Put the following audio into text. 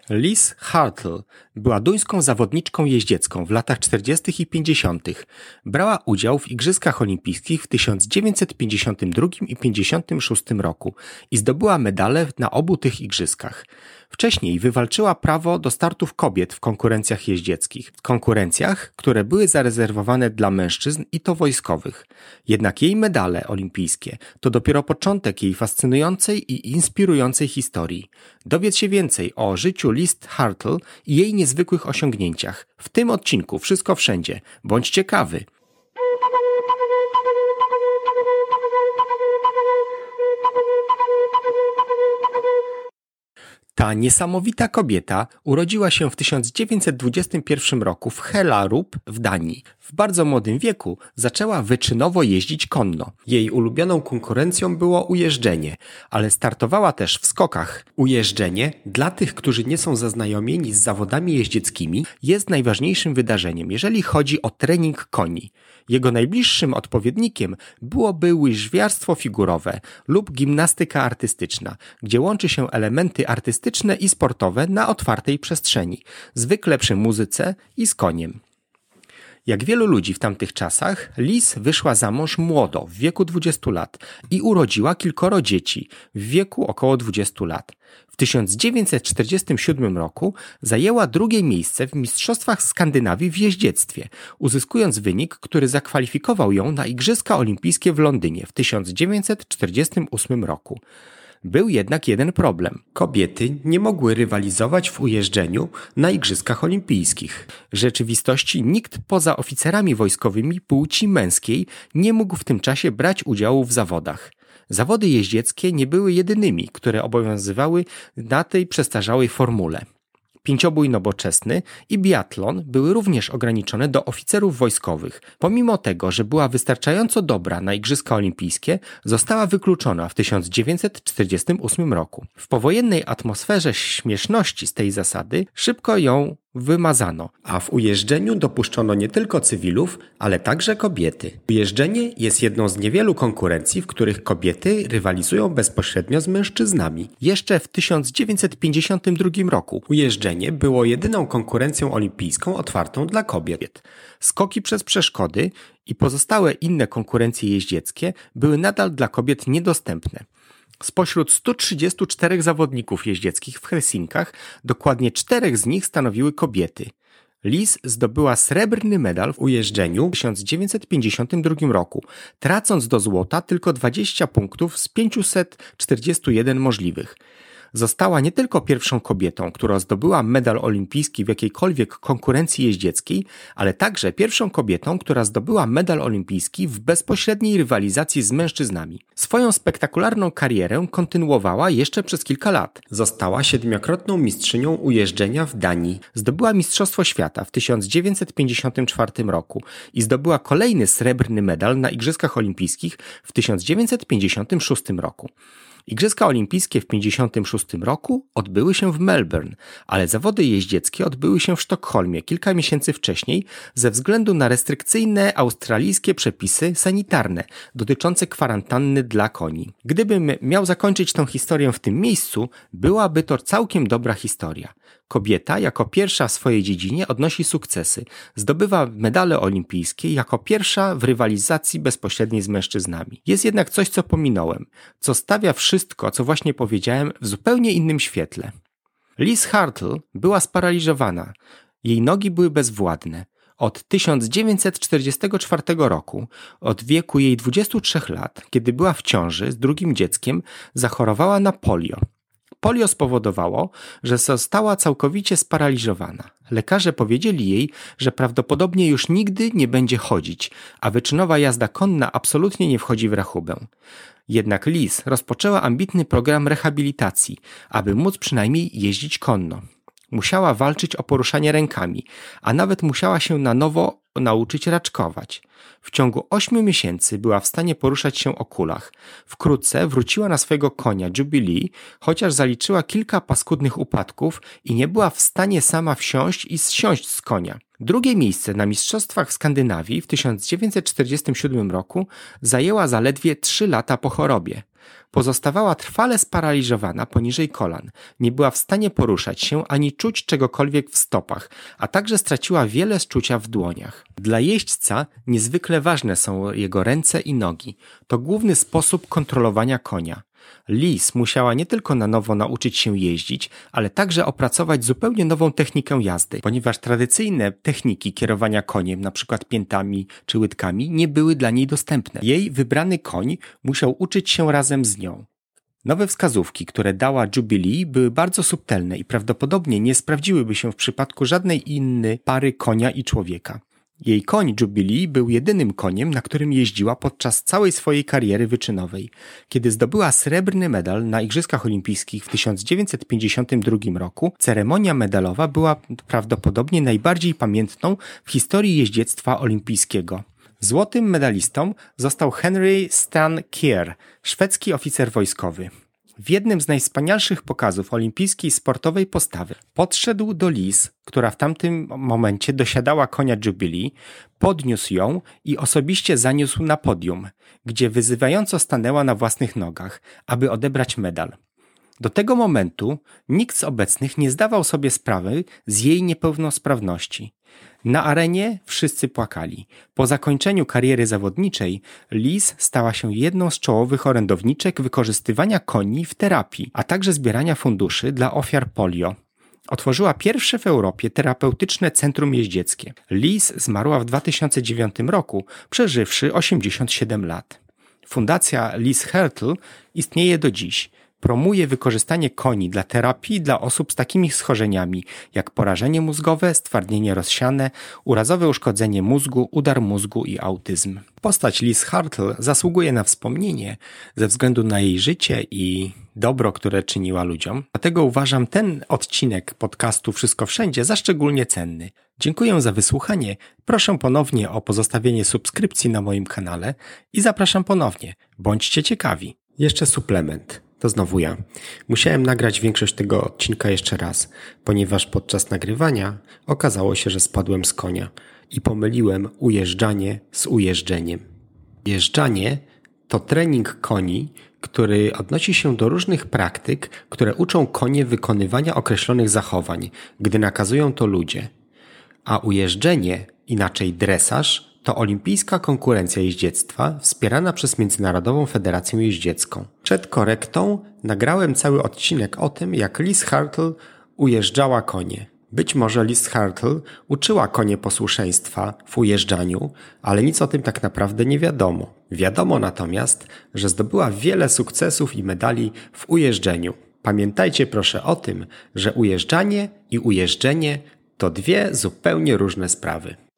Liz Hartl była duńską zawodniczką jeździecką w latach 40. i 50. Brała udział w Igrzyskach Olimpijskich w 1952 i 1956 roku i zdobyła medale na obu tych igrzyskach. Wcześniej wywalczyła prawo do startów kobiet w konkurencjach jeździeckich. W konkurencjach, które były zarezerwowane dla mężczyzn i to wojskowych. Jednak jej medale olimpijskie to dopiero początek jej fascynującej i inspirującej historii. Dowiedz się więcej o życiu Liz Hartl i jej niezwykłych osiągnięciach. W tym odcinku Wszystko Wszędzie. Bądź ciekawy! Ta niesamowita kobieta urodziła się w 1921 roku w Hellerup w Danii. W bardzo młodym wieku zaczęła wyczynowo jeździć konno. Jej ulubioną konkurencją było ujeżdżenie, ale startowała też w skokach. Ujeżdżenie, dla tych, którzy nie są zaznajomieni z zawodami jeździeckimi, jest najważniejszym wydarzeniem, jeżeli chodzi o trening koni. Jego najbliższym odpowiednikiem byłoby łyżwiarstwo figurowe lub gimnastyka artystyczna, gdzie łączy się elementy artystyczne i sportowe na otwartej przestrzeni, zwykle przy muzyce i z koniem. Jak wielu ludzi w tamtych czasach, Liz wyszła za mąż młodo, w wieku 20 lat i urodziła kilkoro dzieci w wieku około 20 lat. W 1947 roku zajęła drugie miejsce w Mistrzostwach Skandynawii w jeździectwie, uzyskując wynik, który zakwalifikował ją na Igrzyska Olimpijskie w Londynie w 1948 roku. Był jednak jeden problem. Kobiety nie mogły rywalizować w ujeżdżeniu na Igrzyskach Olimpijskich. W rzeczywistości nikt poza oficerami wojskowymi płci męskiej nie mógł w tym czasie brać udziału w zawodach. Zawody jeździeckie nie były jedynymi, które obowiązywały na tej przestarzałej formule. Pięciobój nowoczesny i biatlon były również ograniczone do oficerów wojskowych. Pomimo tego, że była wystarczająco dobra na Igrzyska Olimpijskie, została wykluczona w 1948 roku. W powojennej atmosferze śmieszności z tej zasady szybko ją wymazano, a w ujeżdżeniu dopuszczono nie tylko cywilów, ale także kobiety. Ujeżdżenie jest jedną z niewielu konkurencji, w których kobiety rywalizują bezpośrednio z mężczyznami. Jeszcze w 1952 roku ujeżdżenie było jedyną konkurencją olimpijską otwartą dla kobiet. Skoki przez przeszkody i pozostałe inne konkurencje jeździeckie były nadal dla kobiet niedostępne. Spośród 134 zawodników jeździeckich w Helsinkach dokładnie 4 z nich stanowiły kobiety. Liz zdobyła srebrny medal w ujeżdżeniu w 1952 roku, tracąc do złota tylko 20 punktów z 541 możliwych. Została nie tylko pierwszą kobietą, która zdobyła medal olimpijski w jakiejkolwiek konkurencji jeździeckiej, ale także pierwszą kobietą, która zdobyła medal olimpijski w bezpośredniej rywalizacji z mężczyznami. Swoją spektakularną karierę kontynuowała jeszcze przez kilka lat. Została 7-krotną mistrzynią ujeżdżenia w Danii. Zdobyła Mistrzostwo Świata w 1954 roku i zdobyła kolejny srebrny medal na Igrzyskach Olimpijskich w 1956 roku. Igrzyska Olimpijskie w 1956 roku odbyły się w Melbourne, ale zawody jeździeckie odbyły się w Sztokholmie kilka miesięcy wcześniej ze względu na restrykcyjne australijskie przepisy sanitarne dotyczące kwarantanny dla koni. Gdybym miał zakończyć tę historię w tym miejscu, byłaby to całkiem dobra historia. Kobieta jako pierwsza w swojej dziedzinie odnosi sukcesy, zdobywa medale olimpijskie jako pierwsza w rywalizacji bezpośredniej z mężczyznami. Jest jednak coś, co pominąłem, co stawia wszystko, co właśnie powiedziałem, w zupełnie innym świetle. Liz Hartl była sparaliżowana, jej nogi były bezwładne. Od 1944 roku, od wieku jej 23 lat, kiedy była w ciąży z drugim dzieckiem, zachorowała na polio. Polio spowodowało, że została całkowicie sparaliżowana. Lekarze powiedzieli jej, że prawdopodobnie już nigdy nie będzie chodzić, a wyczynowa jazda konna absolutnie nie wchodzi w rachubę. Jednak Liz rozpoczęła ambitny program rehabilitacji, aby móc przynajmniej jeździć konno. Musiała walczyć o poruszanie rękami, a nawet musiała się na nowo nauczyć raczkować. W ciągu 8 miesięcy była w stanie poruszać się o kulach. Wkrótce wróciła na swojego konia Jubilee, chociaż zaliczyła kilka paskudnych upadków i nie była w stanie sama wsiąść i zsiąść z konia. Drugie miejsce na Mistrzostwach w Skandynawii w 1947 roku zajęła zaledwie 3 lata po chorobie. Pozostawała trwale sparaliżowana poniżej kolan. Nie była w stanie poruszać się ani czuć czegokolwiek w stopach, a także straciła wiele z czucia w dłoniach. Dla jeźdźca niezwykle ważne są jego ręce i nogi. To główny sposób kontrolowania konia. Liz musiała nie tylko na nowo nauczyć się jeździć, ale także opracować zupełnie nową technikę jazdy, ponieważ tradycyjne techniki kierowania koniem, np. piętami czy łydkami, nie były dla niej dostępne. Jej wybrany koń musiał uczyć się razem z nią. Nowe wskazówki, które dała Jubilee, były bardzo subtelne i prawdopodobnie nie sprawdziłyby się w przypadku żadnej innej pary konia i człowieka. Jej koń Jubilee był jedynym koniem, na którym jeździła podczas całej swojej kariery wyczynowej. Kiedy zdobyła srebrny medal na Igrzyskach Olimpijskich w 1952 roku, ceremonia medalowa była prawdopodobnie najbardziej pamiętną w historii jeździectwa olimpijskiego. Złotym medalistą został Henry Stan Keir, szwedzki oficer wojskowy. W jednym z najwspanialszych pokazów olimpijskiej sportowej postawy podszedł do Liz, która w tamtym momencie dosiadała konia Jubilee, podniósł ją i osobiście zaniósł na podium, gdzie wyzywająco stanęła na własnych nogach, aby odebrać medal. Do tego momentu nikt z obecnych nie zdawał sobie sprawy z jej niepełnosprawności. Na arenie wszyscy płakali. Po zakończeniu kariery zawodniczej Liz stała się jedną z czołowych orędowniczek wykorzystywania koni w terapii, a także zbierania funduszy dla ofiar polio. Otworzyła pierwsze w Europie terapeutyczne centrum jeździeckie. Liz zmarła w 2009 roku, przeżywszy 87 lat. Fundacja Liz Hertel istnieje do dziś. Promuje wykorzystanie koni dla terapii dla osób z takimi schorzeniami jak porażenie mózgowe, stwardnienie rozsiane, urazowe uszkodzenie mózgu, udar mózgu i autyzm. Postać Liz Hartl zasługuje na wspomnienie ze względu na jej życie i dobro, które czyniła ludziom. Dlatego uważam ten odcinek podcastu Wszystko Wszędzie za szczególnie cenny. Dziękuję za wysłuchanie, proszę ponownie o pozostawienie subskrypcji na moim kanale i zapraszam ponownie. Bądźcie ciekawi. Jeszcze suplement. To znowu ja. Musiałem nagrać większość tego odcinka jeszcze raz, ponieważ podczas nagrywania okazało się, że spadłem z konia i pomyliłem ujeżdżanie z ujeżdżeniem. Jeżdżanie to trening koni, który odnosi się do różnych praktyk, które uczą konie wykonywania określonych zachowań, gdy nakazują to ludzie. A ujeżdżenie, inaczej dresaż, to olimpijska konkurencja jeździectwa wspierana przez Międzynarodową Federację Jeździecką. Przed korektą nagrałem cały odcinek o tym, jak Liz Hartl ujeżdżała konie. Być może Liz Hartl uczyła konie posłuszeństwa w ujeżdżaniu, ale nic o tym tak naprawdę nie wiadomo. Wiadomo natomiast, że zdobyła wiele sukcesów i medali w ujeżdżeniu. Pamiętajcie proszę o tym, że ujeżdżanie i ujeżdżenie to dwie zupełnie różne sprawy.